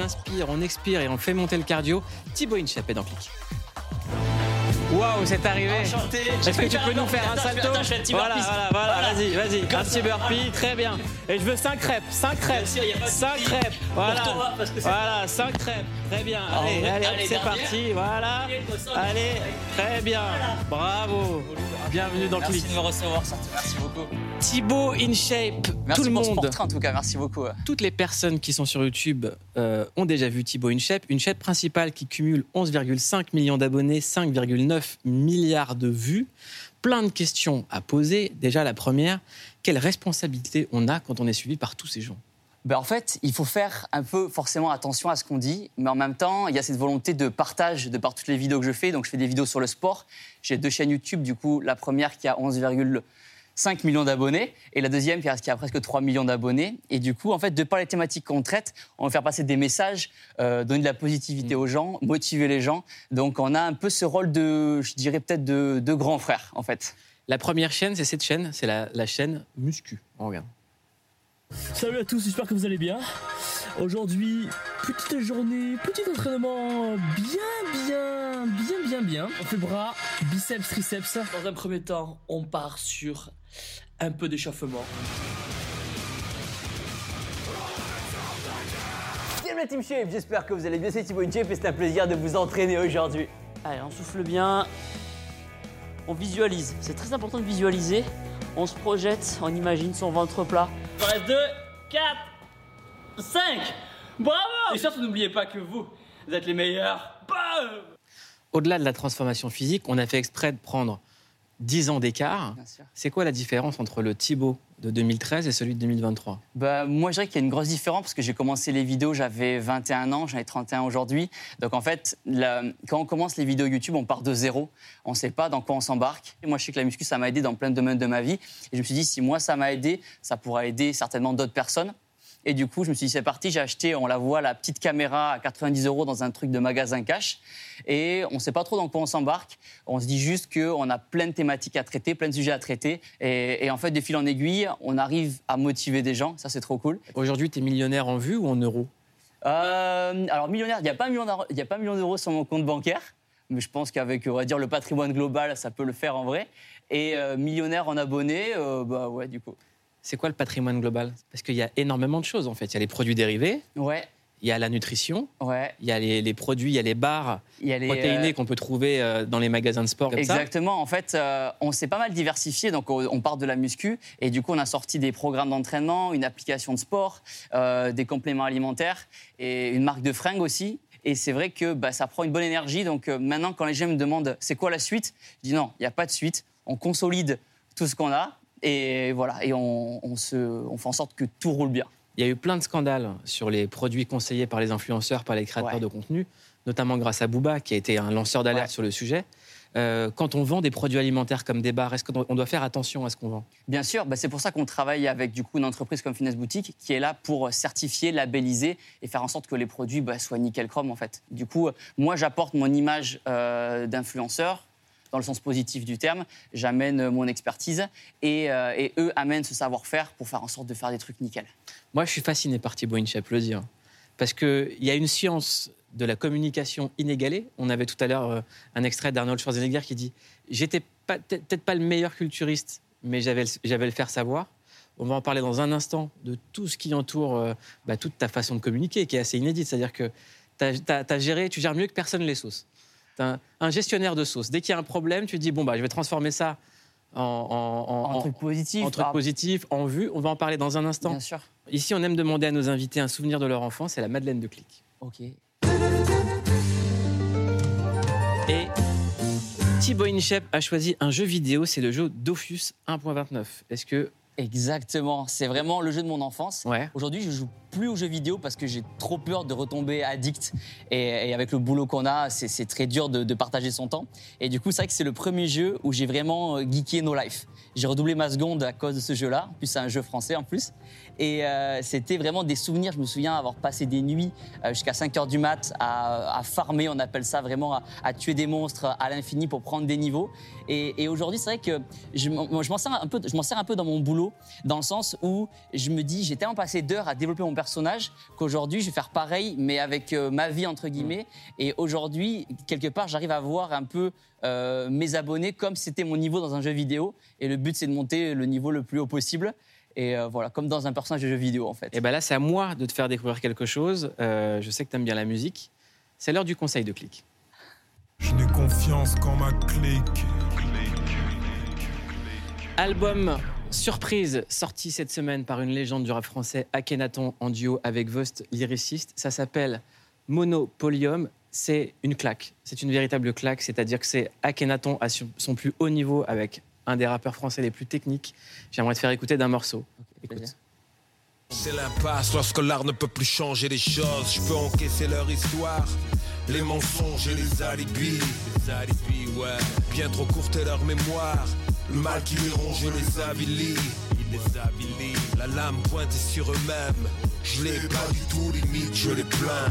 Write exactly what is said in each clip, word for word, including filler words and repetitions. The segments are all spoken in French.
inspire, on expire et on fait monter le cardio. Thibaut Inchep est dans Click. Waouh, c'est arrivé. Enchanté. Est-ce que tu peux nous faire un salto? Attends, je fais un petit Voilà, burpee. voilà, voilà, Voilà. vas-y, vas-y. Un Comme petit ça. burpee, très bien. Et je veux cinq crêpes, cinq crêpes, Bien sûr, y a pas de cinq souci. crêpes. Voilà, Pour toi, parce que c'est- voilà, cinq crêpes. Très bien. Allez, ouais. allez, hop, Allez, c'est dernière. parti. Voilà. Allez, moi, ça, Allez, très bien. Bravo. Bienvenue dans Merci Click. de me recevoir, surtout. Merci beaucoup. Thibaut Inchep, Merci tout le pour ce monde. portrait, en tout cas. Merci beaucoup. Toutes les personnes qui sont sur YouTube euh, ont déjà vu Thibaut Inchep, une chaîne principale qui cumule onze virgule cinq millions d'abonnés, cinq virgule neuf milliards de vues. Plein de questions à poser. Déjà, la première, quelle responsabilité on a quand on est suivi par tous ces gens? Ben en fait, il faut faire un peu forcément attention à ce qu'on dit, mais en même temps, il y a cette volonté de partage de par toutes les vidéos que je fais. Donc, je fais des vidéos sur le sport. J'ai deux chaînes YouTube. Du coup, la première qui a onze virgule cinq millions d'abonnés et la deuxième qui a, qui a presque trois millions d'abonnés. Et du coup, en fait, de par les thématiques qu'on traite, on va faire passer des messages, euh, donner de la positivité aux gens, motiver les gens. Donc, on a un peu ce rôle de, je dirais peut-être de, de grand frère, en fait. La première chaîne, c'est cette chaîne, c'est la, la chaîne Muscu. On regarde. Salut à tous, j'espère que vous allez bien. Aujourd'hui, petite journée, petit entraînement bien, bien, bien, bien, bien. On fait bras, biceps, triceps. Dans un premier temps, on part sur un peu d'échauffement. Salut la Team Shape, j'espère que vous allez bien, c'est Thibaut Inchep et c'est un plaisir de vous entraîner aujourd'hui. Allez, on souffle bien. On visualise. C'est très important de visualiser. On se projette, on imagine son ventre plat. Il en reste deux, quatre, cinq. Bravo! Et surtout, n'oubliez pas que vous, vous êtes les meilleurs. Bam! Au-delà de la transformation physique, on a fait exprès de prendre dix ans d'écart. Bien sûr. C'est quoi la différence entre le Thibaut de deux mille treize et celui de deux mille vingt-trois? Bah, moi, je dirais qu'il y a une grosse différence parce que j'ai commencé les vidéos, j'avais vingt et un ans, j'en ai trente et un aujourd'hui. Donc en fait, la- quand on commence les vidéos YouTube, on part de zéro. On ne sait pas dans quoi on s'embarque. Et moi, je sais que la muscu, ça m'a aidé dans plein de domaines de ma vie. Et je me suis dit, si moi, ça m'a aidé, ça pourra aider certainement d'autres personnes. Et du coup, je me suis dit, c'est parti, j'ai acheté, on la voit, la petite caméra à quatre-vingt-dix euros dans un truc de magasin cash. Et on ne sait pas trop dans quoi on s'embarque. On se dit juste qu'on a plein de thématiques à traiter, plein de sujets à traiter. Et, et en fait, de fil en aiguille, on arrive à motiver des gens. Ça, c'est trop cool. Aujourd'hui, tu es millionnaire en vues ou en euros? Euh, alors, millionnaire, il n'y a pas un million d'euros- il y a pas un million d'euros sur mon compte bancaire. Mais je pense qu'avec, on va dire, le patrimoine global, ça peut le faire en vrai. Et euh, millionnaire en abonnés, euh, bah ouais, du coup. C'est quoi le patrimoine global? Parce qu'il y a énormément de choses en fait. Il y a les produits dérivés, Ouais, il y a la nutrition, ouais. il y a les, les produits, il y a les barres Il y a les, protéinés euh, qu'on peut trouver euh, dans les magasins de sport comme ça. Exactement. En fait, euh, on s'est pas mal diversifié. Donc, on, on part de la muscu. Et du coup, on a sorti des programmes d'entraînement, une application de sport, euh, des compléments alimentaires et une marque de fringues aussi. Et c'est vrai que bah, ça prend une bonne énergie. Donc, euh, maintenant, quand les gens me demandent c'est quoi la suite, je dis non, il n'y a pas de suite. On consolide tout ce qu'on a. Et voilà. Et on, on, se, on fait en sorte que tout roule bien. Il y a eu plein de scandales sur les produits conseillés par les influenceurs, par les créateurs Ouais. de contenu, notamment grâce à Booba, qui a été un lanceur d'alerte Ouais. sur le sujet. Euh, quand on vend des produits alimentaires comme des barres, est-ce qu'on doit faire attention à ce qu'on vend? Bien sûr, bah c'est pour ça qu'on travaille avec du coup, une entreprise comme Finesse Boutique qui est là pour certifier, labelliser et faire en sorte que les produits bah, soient nickel chrome en fait. Du coup, moi j'apporte mon image euh, d'influenceur dans le sens positif du terme, j'amène mon expertise et, euh, et eux amènent ce savoir-faire pour faire en sorte de faire des trucs nickel. Moi, je suis fasciné par Thibaut Inchep, le dire. Parce qu'il y a une science de la communication inégalée. On avait tout à l'heure euh, un extrait d'Arnold Schwarzenegger qui dit « J'étais pas- peut-être pas le meilleur culturiste, mais j'avais le, j'avais le faire savoir ». On va en parler dans un instant de tout ce qui entoure euh, bah, toute ta façon de communiquer, qui est assez inédite. C'est-à-dire que t'as, t'as, t'as géré, tu gères mieux que personne les sauces. T'es un, un gestionnaire de sauces. Dès qu'il y a un problème, tu dis « Bon, bah, je vais transformer ça en, en, en, En, truc positif. en truc ah, positif, en vue ». On va en parler dans un instant. Bien sûr. Ici, on aime demander à nos invités un souvenir de leur enfance, c'est la Madeleine de Click. Ok. Et Thibaut Inchep a choisi un jeu vidéo, c'est le jeu Dofus un point vingt-neuf. Est-ce que... Exactement. C'est vraiment le jeu de mon enfance. Ouais. Aujourd'hui, je joue plus aux jeux vidéo parce que j'ai trop peur de retomber addict. Et, et avec le boulot qu'on a, c'est, c'est très dur de, de partager son temps. Et du coup, c'est vrai que c'est le premier jeu où j'ai vraiment euh, geeké No Life. J'ai redoublé ma seconde à cause de ce jeu-là. En plus, c'est un jeu français en plus. Et euh, c'était vraiment des souvenirs. Je me souviens avoir passé des nuits euh, jusqu'à cinq heures du mat à, à farmer, on appelle ça vraiment, à, à tuer des monstres à l'infini pour prendre des niveaux. Et, et aujourd'hui, c'est vrai que je, m'en- je m'en sers un peu, je m'en sers un peu dans mon boulot, dans le sens où je me dis, j'ai tellement passé d'heures à développer mon personnage personnage qu'aujourd'hui, je vais faire pareil, mais avec euh, ma vie, entre guillemets. Et aujourd'hui, quelque part, j'arrive à voir un peu euh, mes abonnés comme si c'était mon niveau dans un jeu vidéo. Et le but, c'est de monter le niveau le plus haut possible. Et euh, voilà, comme dans un personnage de jeu vidéo, en fait. Et bien là, c'est à moi de te faire découvrir quelque chose. Euh, je sais que tu aimes bien la musique. C'est l'heure du conseil de Click. Je n'ai confiance qu'en ma clique. Album surprise sorti cette semaine par une légende du rap français, Akhenaton, en duo avec Vost, lyriciste. Ça s'appelle Monopolium. C'est une claque. C'est une véritable claque. C'est-à-dire que c'est Akhenaton à son plus haut niveau avec un des rappeurs français les plus techniques. J'aimerais te faire écouter d'un morceau. Écoute. C'est l'impasse lorsque l'art ne peut plus changer les choses. Je peux encaisser leur histoire, les mensonges et les alibis. Les alibis, ouais. Bien trop courte est leur mémoire. Le mal qui les ronge, je les avilis. Ils les avilis. La lame pointée sur eux-mêmes. Je les pas du tout limite, je les plains.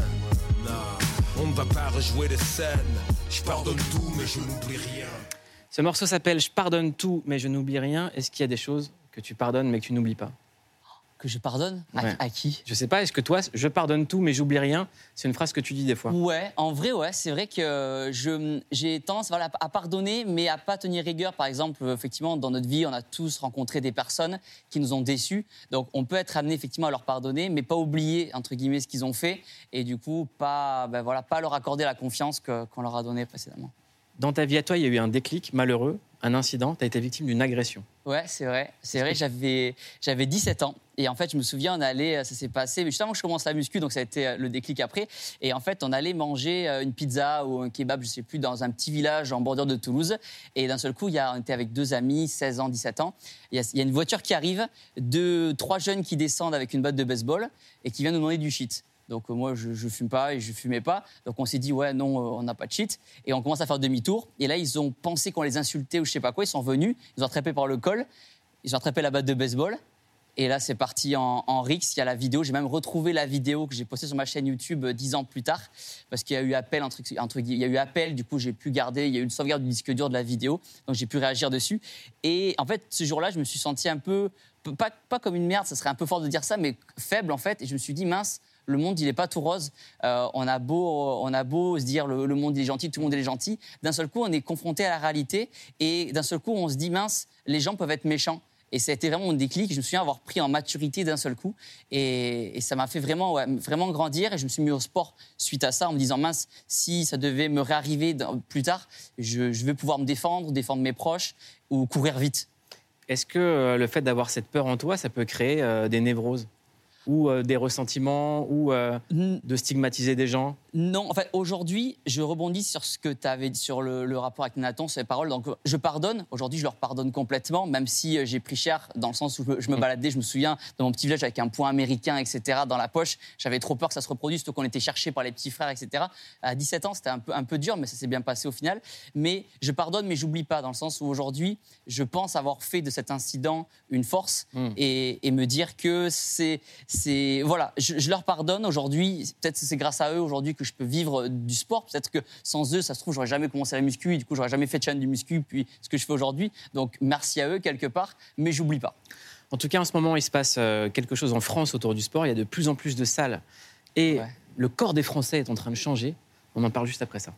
Non, on ne va pas rejouer les scènes. Je pardonne tout, mais je n'oublie rien. Ce morceau s'appelle « Je pardonne tout, mais je n'oublie rien ». Est-ce qu'il y a des choses que tu pardonnes, mais que tu n'oublies pas ? Que je pardonne à, ouais. à qui ? Je sais pas, est-ce que toi, « Je pardonne tout, mais j'oublie rien », c'est une phrase que tu dis des fois ? Ouais, en vrai, ouais, c'est vrai que je, j'ai tendance voilà, à pardonner, mais à pas tenir rigueur. Par exemple, effectivement, dans notre vie, on a tous rencontré des personnes qui nous ont déçus. Donc, on peut être amené effectivement à leur pardonner, mais pas oublier, entre guillemets, ce qu'ils ont fait. Et du coup, pas, ben voilà, pas leur accorder la confiance que, qu'on leur a donnée précédemment. Dans ta vie à toi, il y a eu un déclic malheureux, un incident, tu as été victime d'une agression. Ouais, c'est vrai. C'est vrai, j'avais, j'avais dix-sept ans. Et en fait, je me souviens, on allait, ça s'est passé, mais juste avant que je commence la muscu, donc ça a été le déclic après. Et en fait, on allait manger une pizza ou un kebab, je sais plus, dans un petit village en bordure de Toulouse. Et d'un seul coup, il y a, on était avec deux amis, seize ans, dix-sept ans. Il y a, il y a une voiture qui arrive, deux, trois jeunes qui descendent avec une batte de baseball et qui viennent nous demander du shit. Donc euh, moi, je ne fume pas et je ne fumais pas. Donc on s'est dit, ouais, non, euh, on n'a pas de shit. Et on commence à faire demi-tour. Et là, ils ont pensé qu'on les insultait ou je ne sais pas quoi. Ils sont venus, ils ont attrapé par le col, ils ont attrapé la batte de baseball. Et là, c'est parti en, en rixe. Il y a la vidéo. J'ai même retrouvé la vidéo que j'ai postée sur ma chaîne YouTube euh, dix ans plus tard. Parce qu'il y a eu appel, entre, entre, il y a eu appel, du coup, j'ai pu garder. Il y a eu une sauvegarde du disque dur de la vidéo. Donc j'ai pu réagir dessus. Et en fait, ce jour-là, je me suis senti un peu, pas, pas comme une merde, ça serait un peu fort de dire ça, mais faible en fait. Et je me suis dit, mince, le monde, il n'est pas tout rose. Euh, on, a beau, on a beau se dire le, le monde, il est gentil, tout le monde, il est gentil. D'un seul coup, on est confronté à la réalité. Et d'un seul coup, on se dit, mince, les gens peuvent être méchants. Et ça a été vraiment mon déclic. Je me souviens avoir pris en maturité d'un seul coup. Et, et ça m'a fait vraiment, ouais, vraiment grandir. Et je me suis mis au sport suite à ça en me disant, mince, si ça devait me réarriver dans, plus tard, je, je vais pouvoir me défendre, défendre mes proches ou courir vite. Est-ce que euh, le fait d'avoir cette peur en toi, ça peut créer euh, des névroses ? Ou euh, des ressentiments, ou euh, de stigmatiser des gens ? Non, en fait, aujourd'hui, je rebondis sur ce que tu avais dit sur le, le rapport avec Nathan, sur les paroles. Donc, je pardonne. Aujourd'hui, je leur pardonne complètement, même si euh, j'ai pris cher, dans le sens où je me, je me baladais, je me souviens, dans mon petit village avec un point américain, et cetera, dans la poche. J'avais trop peur que ça se reproduise, surtout qu'on était cherchés par les petits frères, et cetera. À dix-sept ans, c'était un peu, un peu dur, mais ça s'est bien passé au final. Mais je pardonne, mais j'oublie pas, dans le sens où aujourd'hui, je pense avoir fait de cet incident une force mmh. et, et me dire que c'est... C'est, voilà, je, je leur pardonne aujourd'hui. Peut-être que c'est grâce à eux aujourd'hui que je peux vivre du sport. Peut-être que sans eux, ça se trouve, j'aurais jamais commencé la muscu. Et du coup, j'aurais jamais fait de chaîne du muscu, puis ce que je fais aujourd'hui. Donc, merci à eux quelque part, mais j'oublie pas. En tout cas, en ce moment, il se passe quelque chose en France autour du sport. Il y a de plus en plus de salles. Et ouais. le corps des Français est en train de changer. On en parle juste après ça.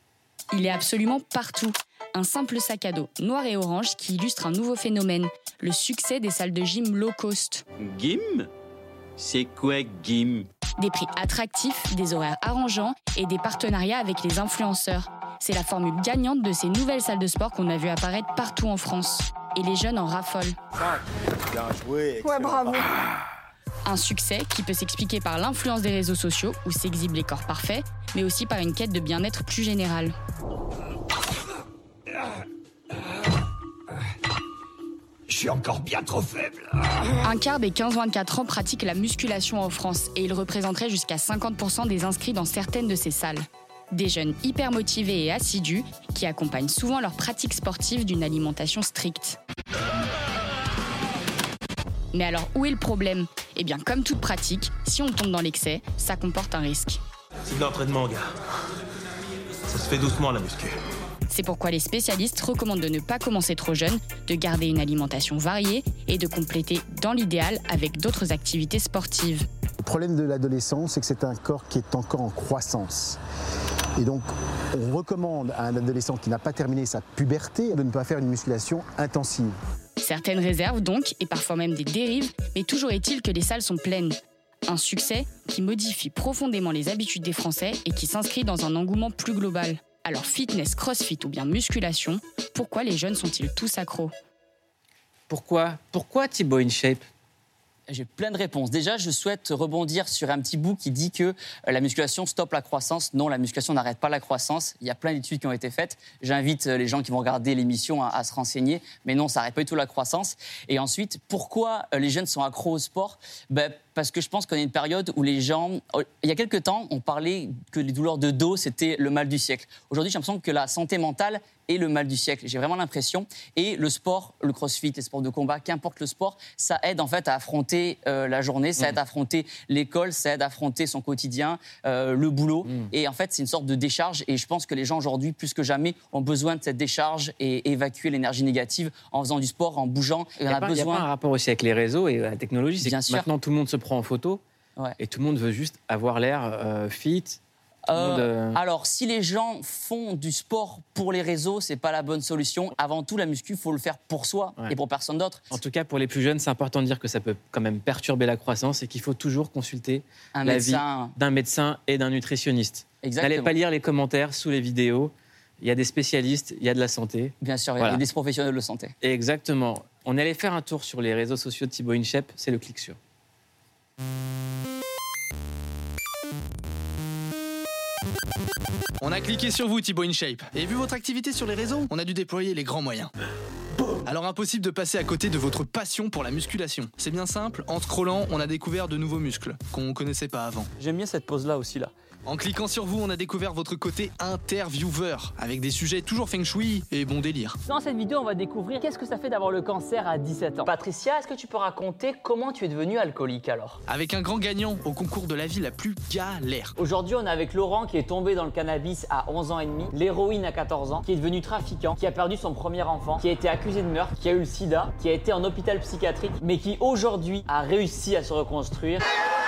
Il est absolument partout. Un simple sac à dos noir et orange qui illustre un nouveau phénomène, le succès des salles de gym low cost. Gym ? C'est quoi Gym ? Des prix attractifs, des horaires arrangeants et des partenariats avec les influenceurs. C'est la formule gagnante de ces nouvelles salles de sport qu'on a vu apparaître partout en France. Et les jeunes en raffolent. Bien joué. Ouais, bravo. Un succès qui peut s'expliquer par l'influence des réseaux sociaux où s'exhibent les corps parfaits, mais aussi par une quête de bien-être plus générale. Je suis encore bien trop faible. Un quart des quinze vingt-quatre ans pratiquent la musculation en France et ils représenteraient jusqu'à cinquante pour cent des inscrits dans certaines de ces salles. Des jeunes hyper motivés et assidus qui accompagnent souvent leur pratique sportive d'une alimentation stricte. Mais alors, où est le problème ? Eh bien, comme toute pratique, si on tombe dans l'excès, ça comporte un risque. C'est de l'entraînement, gars. Ça se fait doucement, la muscu. C'est pourquoi les spécialistes recommandent de ne pas commencer trop jeune, de garder une alimentation variée et de compléter, dans l'idéal, avec d'autres activités sportives. problème de l'adolescence, c'est que c'est un corps qui est encore en croissance. Et donc, on recommande à un adolescent qui n'a pas terminé sa puberté de ne pas faire une musculation intensive. Certaines réserves donc, et parfois même des dérives, mais toujours est-il que les salles sont pleines. Un succès qui modifie profondément les habitudes des Français et qui s'inscrit dans un engouement plus global. Alors fitness, crossfit ou bien musculation, pourquoi les jeunes sont-ils tous accros ? Pourquoi Pourquoi Thibaut InShape ? J'ai plein de réponses. Déjà, je souhaite rebondir sur un petit bout qui dit que la musculation stoppe la croissance. Non, la musculation n'arrête pas la croissance. Il y a plein d'études qui ont été faites. J'invite les gens qui vont regarder l'émission à, à se renseigner. Mais non, ça n'arrête pas du tout la croissance. Et ensuite, pourquoi les jeunes sont accros au sport ? Ben, parce que je pense qu'on est une période où les gens... Il y a quelques temps, on parlait que les douleurs de dos, c'était le mal du siècle. Aujourd'hui, j'ai l'impression que la santé mentale est le mal du siècle. J'ai vraiment l'impression. Et le sport, le crossfit, les sports de combat, qu'importe le sport, ça aide en fait à affronter euh, la journée, ça aide à affronter l'école, ça aide à affronter son quotidien, euh, le boulot. Mmh. Et en fait, c'est une sorte de décharge. Et je pense que les gens aujourd'hui, plus que jamais, ont besoin de cette décharge et évacuer l'énergie négative en faisant du sport, en bougeant. Il y, y, a pas, besoin... y a pas un rapport aussi avec les réseaux et la technologie. C'est Bien que sûr. Maintenant, tout le monde se prend en photo ouais. et tout le monde veut juste avoir l'air euh, fit. Euh, de... Alors, si les gens font du sport pour les réseaux, c'est pas la bonne solution. Avant tout, la muscu, faut le faire pour soi ouais. et pour personne d'autre. En tout cas, pour les plus jeunes, c'est important de dire que ça peut quand même perturber la croissance et qu'il faut toujours consulter un l'avis médecin. d'un médecin et d'un nutritionniste. Exactement. N'allez pas lire les commentaires sous les vidéos. Il y a des spécialistes, il y a de la santé. Bien sûr, voilà. il y a des professionnels de santé. Exactement. On est allé faire un tour sur les réseaux sociaux de Thibaut InShape, c'est le clic sur. On a cliqué sur vous, Thibaut InShape. Et vu votre activité sur les réseaux, on a dû déployer les grands moyens. Alors impossible de passer à côté de votre passion pour la musculation. C'est bien simple, en scrollant, on a découvert de nouveaux muscles qu'on connaissait pas avant. J'aime bien cette pose-là aussi, là. En cliquant sur vous, on a découvert votre côté intervieweur, avec des sujets toujours feng shui et bon délire. Dans cette vidéo, on va découvrir qu'est-ce que ça fait d'avoir le cancer à dix-sept ans. Patricia, est-ce que tu peux raconter comment tu es devenue alcoolique alors ? Avec un grand gagnant au concours de la vie la plus galère. Aujourd'hui, on est avec Laurent qui est tombé dans le cannabis à onze ans et demi, l'héroïne à quatorze ans, qui est devenu trafiquant, qui a perdu son premier enfant, qui a été accusé de meurtre, qui a eu le sida, qui a été en hôpital psychiatrique, mais qui aujourd'hui a réussi à se reconstruire.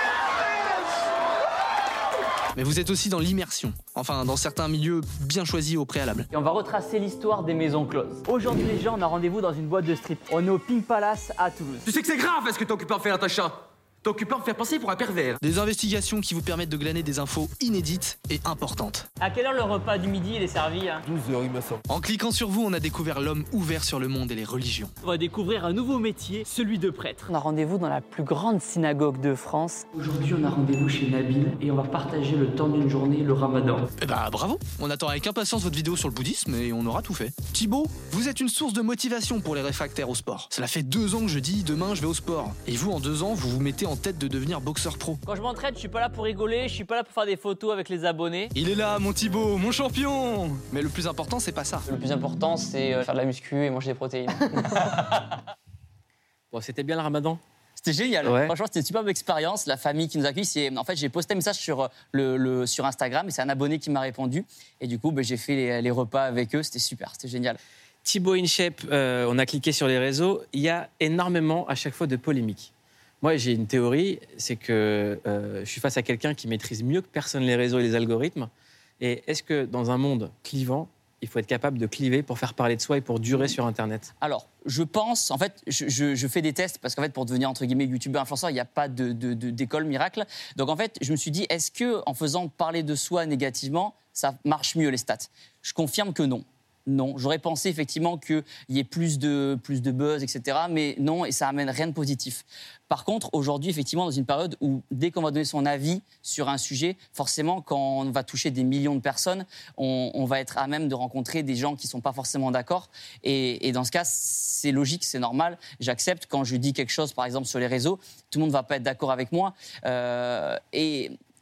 Mais vous êtes aussi dans l'immersion, enfin dans certains milieux bien choisis au préalable. Et on va retracer l'histoire des maisons closes. Aujourd'hui les gens, on a rendez-vous dans une boîte de strip. On est au Pink Palace à Toulouse. Tu sais que c'est grave ce que t'es occupé à faire, Natacha. T'es occupé à me faire passer pour un pervers. Des investigations qui vous permettent de glaner des infos inédites et importantes. À quelle heure le repas du midi il est servi hein ? douze heures, il me semble. En cliquant sur vous, on a découvert l'homme ouvert sur le monde et les religions. On va découvrir un nouveau métier, celui de prêtre. On a rendez-vous dans la plus grande synagogue de France. Aujourd'hui, on a rendez-vous chez Nabil et on va partager le temps d'une journée, le ramadan. Eh bah bravo. On attend avec impatience votre vidéo sur le bouddhisme et on aura tout fait. Thibaut, vous êtes une source de motivation pour les réfractaires au sport. Cela fait deux ans que je dis demain je vais au sport. Et vous, en deux ans, vous vous mettez en tête de devenir boxeur pro. Quand je m'entraîne, je suis pas là pour rigoler, je suis pas là pour faire des photos avec les abonnés. Il est là, mon Thibaut, mon champion. Mais le plus important, c'est pas ça. Le plus important, c'est faire de la muscu et manger des protéines. Bon, c'était bien le ramadan ? C'était génial. Ouais. Franchement, c'était une superbe expérience. La famille qui nous accueille, c'est... En fait, j'ai posté un message sur, le, le, sur Instagram et c'est un abonné qui m'a répondu. Et du coup, ben, j'ai fait les, les repas avec eux. C'était super, c'était génial. Thibaut InShape, euh, on a cliqué sur les réseaux. Il y a énormément, à chaque fois, de polémiques. Moi, j'ai une théorie, c'est que euh, je suis face à quelqu'un qui maîtrise mieux que personne les réseaux et les algorithmes. Et est-ce que dans un monde clivant, il faut être capable de cliver pour faire parler de soi et pour durer sur Internet ? Alors, je pense, en fait, je, je, je fais des tests parce qu'en fait, pour devenir entre guillemets youtubeur influenceur, il n'y a pas de, de, de, d'école miracle. Donc en fait, je me suis dit, est-ce que en faisant parler de soi négativement, ça marche mieux les stats ? Je confirme que non. Non, j'aurais pensé effectivement qu'il y ait plus de, plus de buzz, et cetera. Mais non, et ça amène rien de positif. Par contre, aujourd'hui, effectivement, dans une période où dès qu'on va donner son avis sur un sujet, forcément, quand on va toucher des millions de personnes, on, on va être à même de rencontrer des gens qui ne sont pas forcément d'accord. Et, et dans ce cas, c'est logique, c'est normal. J'accepte quand je dis quelque chose, par exemple, sur les réseaux, tout le monde ne va pas être d'accord avec moi. Euh, et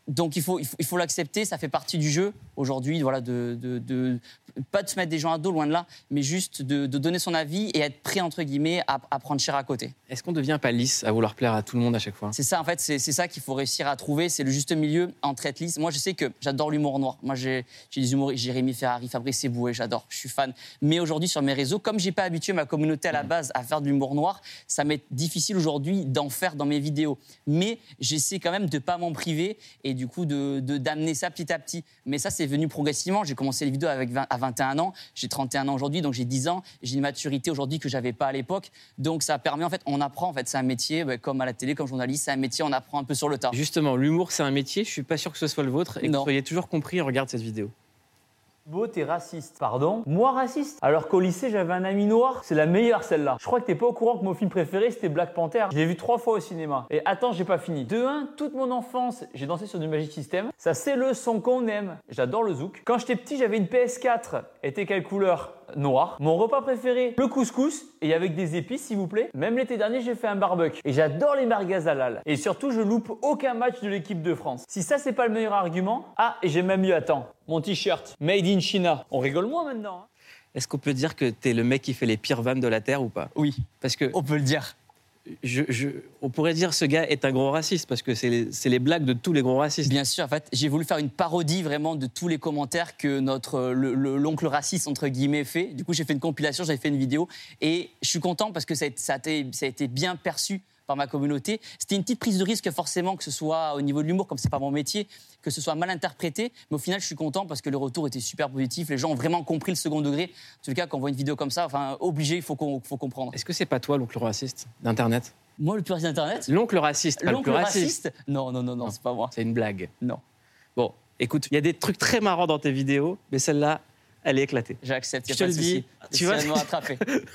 Donc il faut, il faut, il faut l'accepter, ça fait partie du jeu aujourd'hui, voilà, de, de, de, pas de se mettre des gens à dos, loin de là, mais juste de, de donner son avis et être prêt, entre guillemets, à, à prendre cher à côté. Est-ce qu'on ne devient pas lisse à vouloir plaire à tout le monde à chaque fois ? C'est ça, en fait, c'est, c'est ça qu'il faut réussir à trouver, c'est le juste milieu entre être lisse. Moi, je sais que j'adore l'humour noir. Moi, j'ai, j'ai des humoristes, Jérémy Ferrari, Fabrice Eboué, j'adore, je suis fan. Mais aujourd'hui, sur mes réseaux, comme j'ai pas habitué ma communauté à la base à faire de l'humour noir, ça m'est difficile aujourd'hui d'en faire dans mes vidéos. Mais j'essaie quand même de pas m'en priver et du coup de, de d'amener ça petit à petit. Mais ça, c'est venu progressivement. J'ai commencé les vidéos avec vingt, à vingt et un ans. J'ai trente et un ans aujourd'hui, donc j'ai dix ans. J'ai une maturité aujourd'hui que j'avais pas à l'époque. Donc ça permet, en fait, on apprend. En fait, c'est un métier, bah, comme à la télé, comme journaliste, c'est un métier, on apprend un peu sur le tas. Justement, l'humour, c'est un métier. Je suis pas sûr que ce soit le vôtre et que vous soyez toujours compris. Regarde cette vidéo. Beau, t'es raciste. Pardon ? Moi raciste ? Alors qu'au lycée, j'avais un ami noir. C'est la meilleure, celle-là. Je crois que t'es pas au courant que mon film préféré, c'était Black Panther. Je l'ai vu trois fois au cinéma. Et attends, j'ai pas fini. De un, toute mon enfance, j'ai dansé sur du Magic System. Ça, c'est le son qu'on aime. J'adore le zouk. Quand j'étais petit, j'avais une P S quatre. Elle était quelle couleur ? Noir. Mon repas préféré, le couscous, et avec des épices, s'il vous plaît. Même l'été dernier, j'ai fait un barbecue. Et j'adore les merguez halal. Et surtout, je loupe aucun match de l'équipe de France. Si ça, c'est pas le meilleur argument, ah, et j'ai même eu, attends, mon t-shirt, Made in China. On rigole moins maintenant. Hein. Est-ce qu'on peut dire que t'es le mec qui fait les pires vannes de la Terre ou pas ? Oui. Parce que on peut le dire. Je, je, on pourrait dire ce gars est un gros raciste parce que c'est les, c'est les blagues de tous les gros racistes. Bien sûr, en fait, j'ai voulu faire une parodie vraiment de tous les commentaires que notre le, le, l'oncle raciste entre guillemets fait. Du coup, j'ai fait une compilation, j'avais fait une vidéo et je suis content parce que ça a, ça a, été, ça a été bien perçu par ma communauté. C'était une petite prise de risque forcément que ce soit au niveau de l'humour, comme c'est pas mon métier, que ce soit mal interprété. Mais au final, je suis content parce que le retour était super positif. Les gens ont vraiment compris le second degré. En tout cas, quand on voit une vidéo comme ça, enfin, obligé, il faut, qu'on, faut comprendre. Est-ce que c'est pas toi l'oncle raciste d'Internet ? Moi, le plus raciste d'Internet ? L'oncle raciste, pas l'oncle le plus raciste. raciste ? Non, non, non, non, non, c'est pas moi. C'est une blague. Non. Bon, écoute, il y a des trucs très marrants dans tes vidéos, mais celle-là, elle est éclatée. J'accepte, il Je te le dis. Tu vas me rattraper.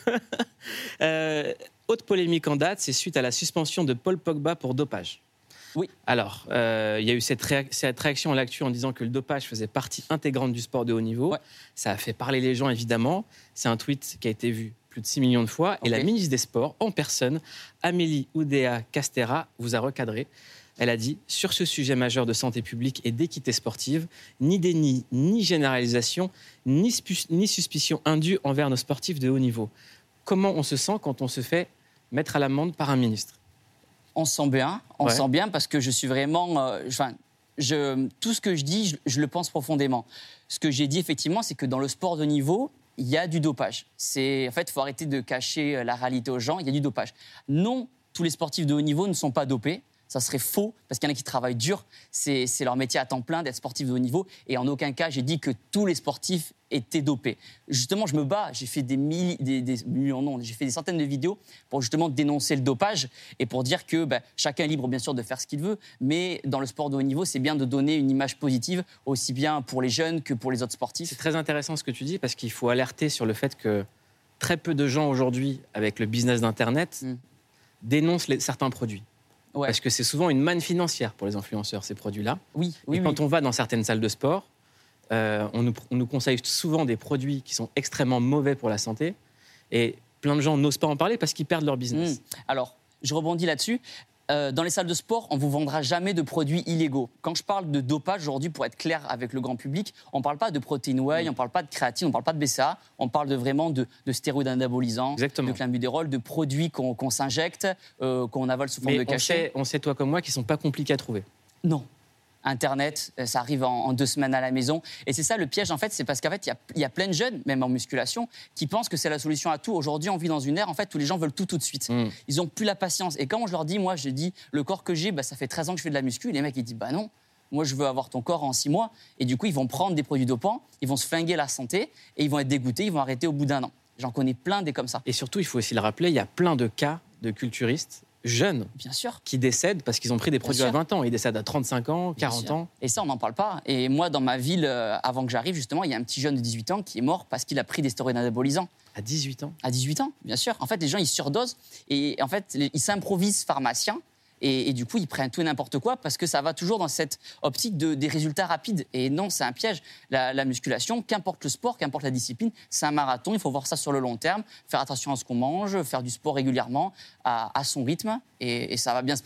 euh, Autre polémique en date, c'est suite à la suspension de Paul Pogba pour dopage. Oui. Alors, euh, il y a eu cette, réac- cette réaction à l'actu en disant que le dopage faisait partie intégrante du sport de haut niveau. Ouais. Ça a fait parler les gens, évidemment. C'est un tweet qui a été vu plus de six millions de fois. Okay. Et la ministre des Sports, en personne, Amélie Oudéa-Castéra, vous a recadré. Elle a dit « Sur ce sujet majeur de santé publique et d'équité sportive, ni déni, ni généralisation, ni, spu- ni suspicion indue envers nos sportifs de haut niveau. » Comment on se sent quand on se fait mettre à l'amende par un ministre ? On se sent bien, on ouais. se sent bien parce que je suis vraiment... Euh, enfin, je, tout ce que je dis, je, je le pense profondément. Ce que j'ai dit, effectivement, c'est que dans le sport de niveau, il y a du dopage. C'est, en fait, il faut arrêter de cacher la réalité aux gens, il y a du dopage. Non, tous les sportifs de haut niveau ne sont pas dopés. Ça serait faux, parce qu'il y en a qui travaillent dur. C'est, c'est leur métier à temps plein d'être sportif de haut niveau. Et en aucun cas, j'ai dit que tous les sportifs étaient dopés. Justement, je me bats. J'ai fait des, milli- des, des millions, non, j'ai fait des centaines de vidéos pour justement dénoncer le dopage et pour dire que ben, chacun est libre, bien sûr, de faire ce qu'il veut. Mais dans le sport de haut niveau, c'est bien de donner une image positive, aussi bien pour les jeunes que pour les autres sportifs. C'est très intéressant ce que tu dis, parce qu'il faut alerter sur le fait que très peu de gens aujourd'hui, avec le business d'Internet, mm. dénoncent les, certains produits. Ouais. Parce que c'est souvent une manne financière pour les influenceurs, ces produits-là. Oui, oui, et oui. quand on va dans certaines salles de sport, euh, on, nous, on nous conseille souvent des produits qui sont extrêmement mauvais pour la santé. Et plein de gens n'osent pas en parler parce qu'ils perdent leur business. Mmh. Alors, je rebondis là-dessus. Euh, dans les salles de sport, on ne vous vendra jamais de produits illégaux. Quand je parle de dopage, aujourd'hui, pour être clair avec le grand public, on ne parle pas de protéine whey, mmh. on ne parle pas de créatine, on ne parle pas de B C A A, on parle de, vraiment de, de stéroïdes anabolisants, Exactement. de clenbuterol, de produits qu'on, qu'on s'injecte, euh, qu'on avale sous forme Mais de on cachet. Sait, on sait, toi comme moi, qu'ils ne sont pas compliqués à trouver. Non. Internet, ça arrive en, en deux semaines à la maison. Et c'est ça le piège, en fait, c'est parce qu'en fait, il y a, y a plein de jeunes, même en musculation, qui pensent que c'est la solution à tout. Aujourd'hui, on vit dans une ère, en fait, où les gens veulent tout tout de suite. Mmh. Ils n'ont plus la patience. Et quand je leur dis, moi, je dis, le corps que j'ai, bah, ça fait treize ans que je fais de la muscu. Et les mecs, ils disent, bah non, moi, je veux avoir ton corps en six mois. Et du coup, ils vont prendre des produits dopants, ils vont se flinguer la santé, et ils vont être dégoûtés, ils vont arrêter au bout d'un an. J'en connais plein des comme ça. Et surtout, il faut aussi le rappeler, il y a plein de cas de culturistes jeunes Bien sûr. qui décèdent parce qu'ils ont pris des produits à vingt ans. Ils décèdent à trente-cinq ans, quarante ans. Et ça, on n'en parle pas. Et moi, dans ma ville, euh, avant que j'arrive, justement, il y a un petit jeune de dix-huit ans qui est mort parce qu'il a pris des stéroïdes anabolisants. À dix-huit ans À dix-huit ans, bien sûr. En fait, les gens, ils surdosent et en fait, ils s'improvisent pharmaciens. Et, et du coup, ils prennent tout et n'importe quoi parce que ça va toujours dans cette optique de, des résultats rapides. Et non, c'est un piège. La, la musculation, qu'importe le sport, qu'importe la discipline, c'est un marathon. Il faut voir ça sur le long terme, faire attention à ce qu'on mange, faire du sport régulièrement, à, à son rythme, et, et ça va bien se passer.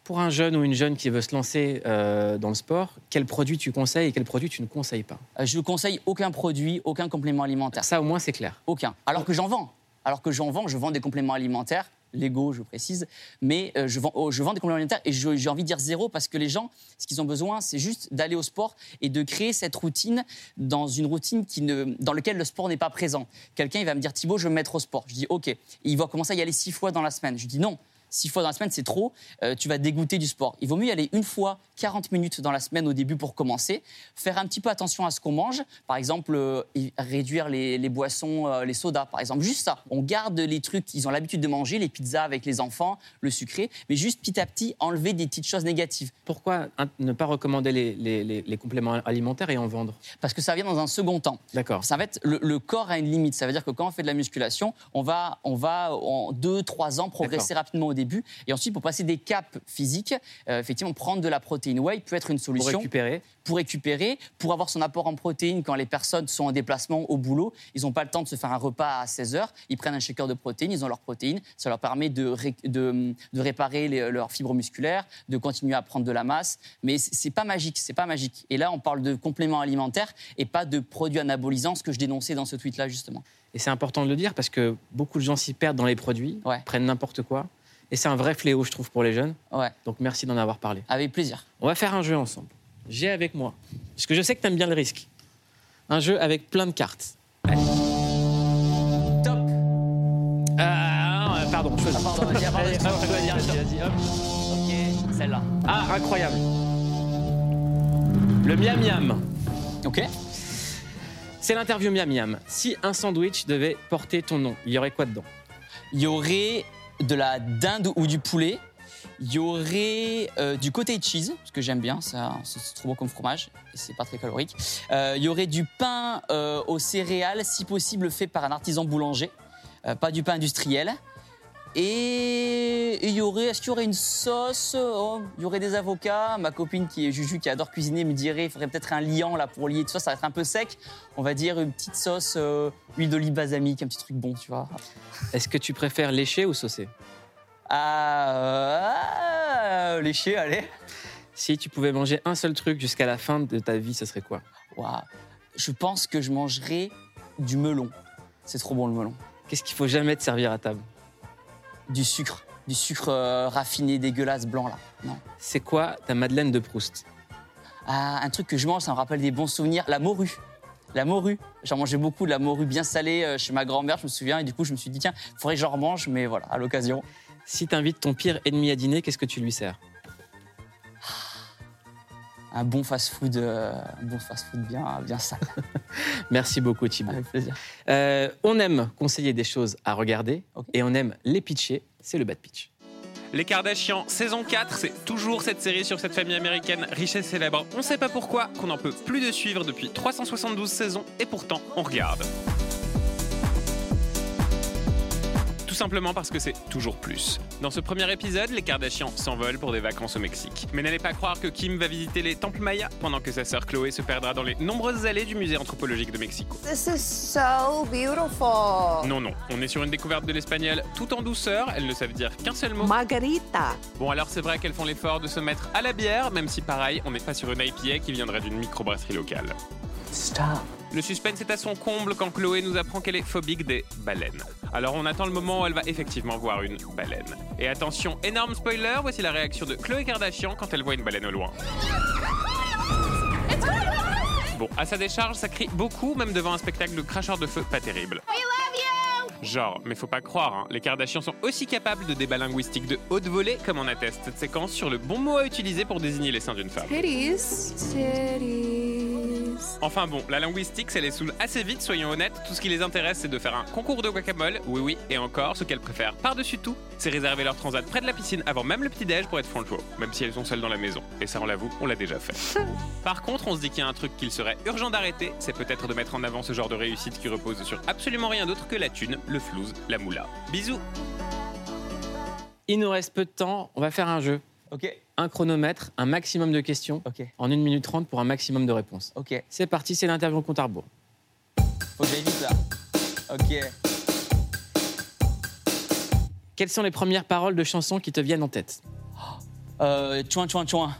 Pour un jeune ou une jeune qui veut se lancer euh, dans le sport, quel produit tu conseilles et quel produit tu ne conseilles pas? euh, Je ne conseille aucun produit, aucun complément alimentaire. Ça, au moins, c'est clair. Aucun. Alors que j'en vends. Alors que j'en vends, je vends des compléments alimentaires, légaux, je précise, mais euh, je, vends, oh, je vends des compléments alimentaires et je, j'ai envie de dire zéro parce que les gens, ce qu'ils ont besoin, c'est juste d'aller au sport et de créer cette routine dans une routine qui ne, dans laquelle le sport n'est pas présent. Quelqu'un, il va me dire, Thibaut, je vais me mettre au sport. Je dis, OK. Et il va commencer à y aller six fois dans la semaine. Je dis, non. Six fois dans la semaine, c'est trop, euh, tu vas te dégoûter du sport. Il vaut mieux y aller une fois, quarante minutes dans la semaine au début pour commencer, faire un petit peu attention à ce qu'on mange, par exemple, euh, réduire les, les boissons, euh, les sodas, par exemple. Juste ça, on garde les trucs qu'ils ont l'habitude de manger, les pizzas avec les enfants, le sucré, mais juste petit à petit, enlever des petites choses négatives. Pourquoi hein, ne pas recommander les, les, les, les compléments alimentaires et en vendre? Parce que ça vient dans un second temps. D'accord. Ça va être, le, le corps a une limite, ça veut dire que quand on fait de la musculation, on va, on va en deux trois ans progresser D'accord. rapidement au début. Début. Et ensuite, pour passer des caps physiques, euh, effectivement, prendre de la protéine whey peut être une solution. Pour récupérer. Pour récupérer, pour avoir son apport en protéines quand les personnes sont en déplacement au boulot. Ils n'ont pas le temps de se faire un repas à seize heures. Ils prennent un shaker de protéines, ils ont leurs protéines. Ça leur permet de, ré, de, de réparer les, leurs fibres musculaires, de continuer à prendre de la masse. Mais c'est pas magique, c'est pas magique. Et là, on parle de compléments alimentaires et pas de produits anabolisants, ce que je dénonçais dans ce tweet-là, justement. Et c'est important de le dire parce que beaucoup de gens s'y perdent dans les produits, ouais. prennent n'importe quoi. Et c'est un vrai fléau, je trouve, pour les jeunes. Ouais. Donc, merci d'en avoir parlé. Avec plaisir. On va faire un jeu ensemble. J'ai avec moi, parce que je sais que tu aimes bien le risque, un jeu avec plein de cartes. Allez. Top. Ah, pardon, choisis. Ah, pardon, vas-y, Allez, hop, vas-y, vas-y, hop. Ok, celle-là. Ah, incroyable. Le miam miam. Ok. C'est l'interview miam miam. Si un sandwich devait porter ton nom, il y aurait quoi dedans? Il y aurait de la dinde ou du poulet. Il y aurait euh, du cottage cheese, parce que j'aime bien, ça, c'est trop bon comme fromage et c'est pas très calorique. Euh, il y aurait du pain euh, aux céréales, si possible fait par un artisan boulanger, euh, pas du pain industriel. Et, et il y aurait, est-ce qu'il y aurait une sauce? Oh, il y aurait des avocats. Ma copine qui est Juju, qui adore cuisiner, me dirait il faudrait peut-être un liant là pour lier tout ça. Ça va être un peu sec. On va dire une petite sauce, euh, huile d'olive balsamique, un petit truc bon, tu vois. Est-ce que tu préfères lécher ou saucer? Ah, euh, lécher, allez. Si tu pouvais manger un seul truc jusqu'à la fin de ta vie, ce serait quoi? Waouh. Je pense que je mangerais du melon. C'est trop bon le melon. Qu'est-ce qu'il faut jamais te servir à table? Du sucre. Du sucre euh, raffiné, dégueulasse, blanc là. Non. C'est quoi ta Madeleine de Proust? Ah, un truc que je mange, ça me rappelle des bons souvenirs. La morue. La morue. J'en mangeais beaucoup de la morue bien salée euh, chez ma grand-mère, je me souviens. Et du coup, je me suis dit, tiens, il faudrait que j'en remange, mais voilà, à l'occasion. Si t'invites ton pire ennemi à dîner, qu'est-ce que tu lui sers? Un bon fast-food, euh, un bon fast-food bien, bien sale. Merci beaucoup, Thibaut. Avec plaisir. Euh, on aime conseiller des choses à regarder okay. et on aime les pitcher. C'est le bad pitch. Les Kardashians, saison quatre, c'est toujours cette série sur cette famille américaine riche et célèbre. On sait pas pourquoi, qu'on n'en peut plus de suivre depuis trois cent soixante-douze saisons et pourtant on regarde. Tout simplement parce que c'est toujours plus. Dans ce premier épisode, les Kardashians s'envolent pour des vacances au Mexique. Mais n'allez pas croire que Kim va visiter les temples mayas pendant que sa sœur Chloé se perdra dans les nombreuses allées du musée anthropologique de Mexico. This is so beautiful. Non, non, on est sur une découverte de l'espagnol tout en douceur. Elles ne savent dire qu'un seul mot. Margarita. Bon, alors c'est vrai qu'elles font l'effort de se mettre à la bière, même si pareil, on n'est pas sur une I P A qui viendrait d'une microbrasserie locale. Stop. Le suspense est à son comble quand Chloé nous apprend qu'elle est phobique des baleines. Alors on attend le moment où elle va effectivement voir une baleine. Et attention, énorme spoiler, voici la réaction de Chloé Kardashian quand elle voit une baleine au loin. Bon, à sa décharge, ça crie beaucoup, même devant un spectacle de cracheurs de feu pas terrible. Genre, mais faut pas croire, hein, les Kardashians sont aussi capables de débats linguistiques de haute volée, comme en atteste cette séquence sur le bon mot à utiliser pour désigner les seins d'une femme. Titties. Titties. Enfin bon, la linguistique, ça les saoule assez vite, soyons honnêtes. Tout ce qui les intéresse, c'est de faire un concours de guacamole. Oui, oui, et encore, ce qu'elles préfèrent par-dessus tout, c'est réserver leur transat près de la piscine avant même le petit-déj pour être front row, même si elles sont seules dans la maison. Et ça, on l'avoue, on l'a déjà fait. Par contre, on se dit qu'il y a un truc qu'il serait urgent d'arrêter, c'est peut-être de mettre en avant ce genre de réussite qui repose sur absolument rien d'autre que la thune, le flouze, la moula. Bisous. Il nous reste peu de temps, on va faire un jeu. Ok. Un chronomètre, un maximum de questions, okay. en une minute trente pour un maximum de réponses. Ok. C'est parti, c'est l'interview compte à rebours. Faut que j'aille vite là. Ok. Quelles sont les premières paroles de chansons qui te viennent en tête? Euh, tchouin, tchouin, tchouin.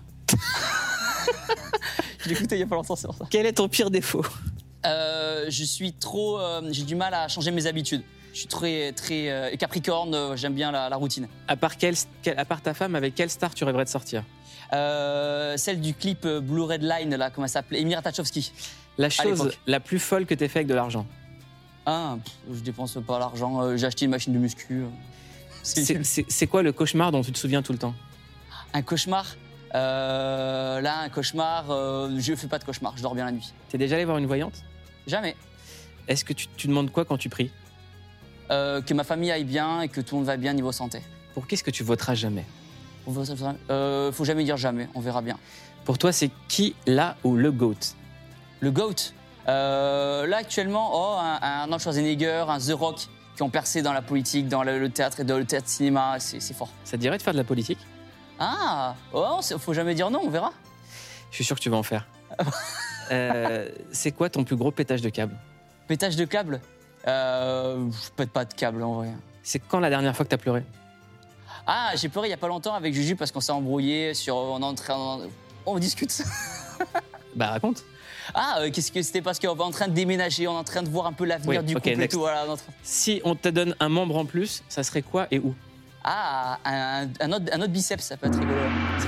Je l'ai écouté il y a pas longtemps, c'est pour ça. Quel est ton pire défaut? euh, Je suis trop... Euh, j'ai du mal à changer mes habitudes. Je suis très, très euh, capricorne, euh, j'aime bien la, la routine. À part, quel, quel, à part ta femme, avec quelle star tu rêverais de sortir? euh, Celle du clip euh, Blue Red Line, là, comment elle s'appelait? Emily Ratajkowski. La chose la plus folle que t'aies fait avec de l'argent? Ah, pff, je dépense pas l'argent, euh, j'ai acheté une machine de muscu. Euh. C'est, c'est, c'est quoi le cauchemar dont tu te souviens tout le temps? Un cauchemar euh, Là, un cauchemar, euh, je fais pas de cauchemar, je dors bien la nuit. T'es déjà allé voir une voyante? Jamais. Est-ce que tu, tu demandes quoi quand tu pries? euh, Que ma famille aille bien et que tout le monde va bien niveau santé. Pour qui est-ce que tu voteras jamais? euh, Faut jamais dire jamais, on verra bien. Pour toi, c'est qui, là, ou le GOAT? Le GOAT euh, Là, actuellement, oh, un, un Arnold Schwarzenegger, un The Rock, qui ont percé dans la politique, dans le, le théâtre et dans le théâtre cinéma, c'est, c'est fort. Ça te dirait de faire de la politique? Ah, oh, faut jamais dire non, on verra. Je suis sûr que tu vas en faire. euh, c'est quoi ton plus gros pétage de câble? Pétage de câble euh, Je pète pas de câble en vrai. C'est quand la dernière fois que t'as pleuré? Ah, j'ai pleuré il y a pas longtemps avec Juju parce qu'on s'est embrouillé sur... On est en train... On discute. Bah raconte. Ah, euh, qu'est-ce que c'était? Parce qu'on est en train de déménager, on est en train de voir un peu l'avenir oui, du okay, couple next. et tout. Voilà, notre... Si on te donne un membre en plus, ça serait quoi et où? Ah, un, un, autre, un autre biceps, ça peut être rigolo.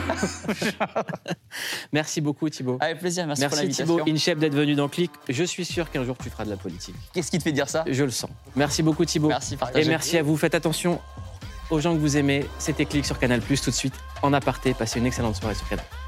Merci beaucoup Thibaut. Avec plaisir, merci, merci pour l'invitation. Thibaut InShape d'être venu dans Click. Je suis sûr qu'un jour tu feras de la politique. Qu'est-ce qui te fait dire ça? Je le sens. Merci beaucoup Thibaut. Merci, partagez. Et merci à vous. Faites attention aux gens que vous aimez. C'était Click sur Canal+, tout de suite en aparté. Passez une excellente soirée sur Canal.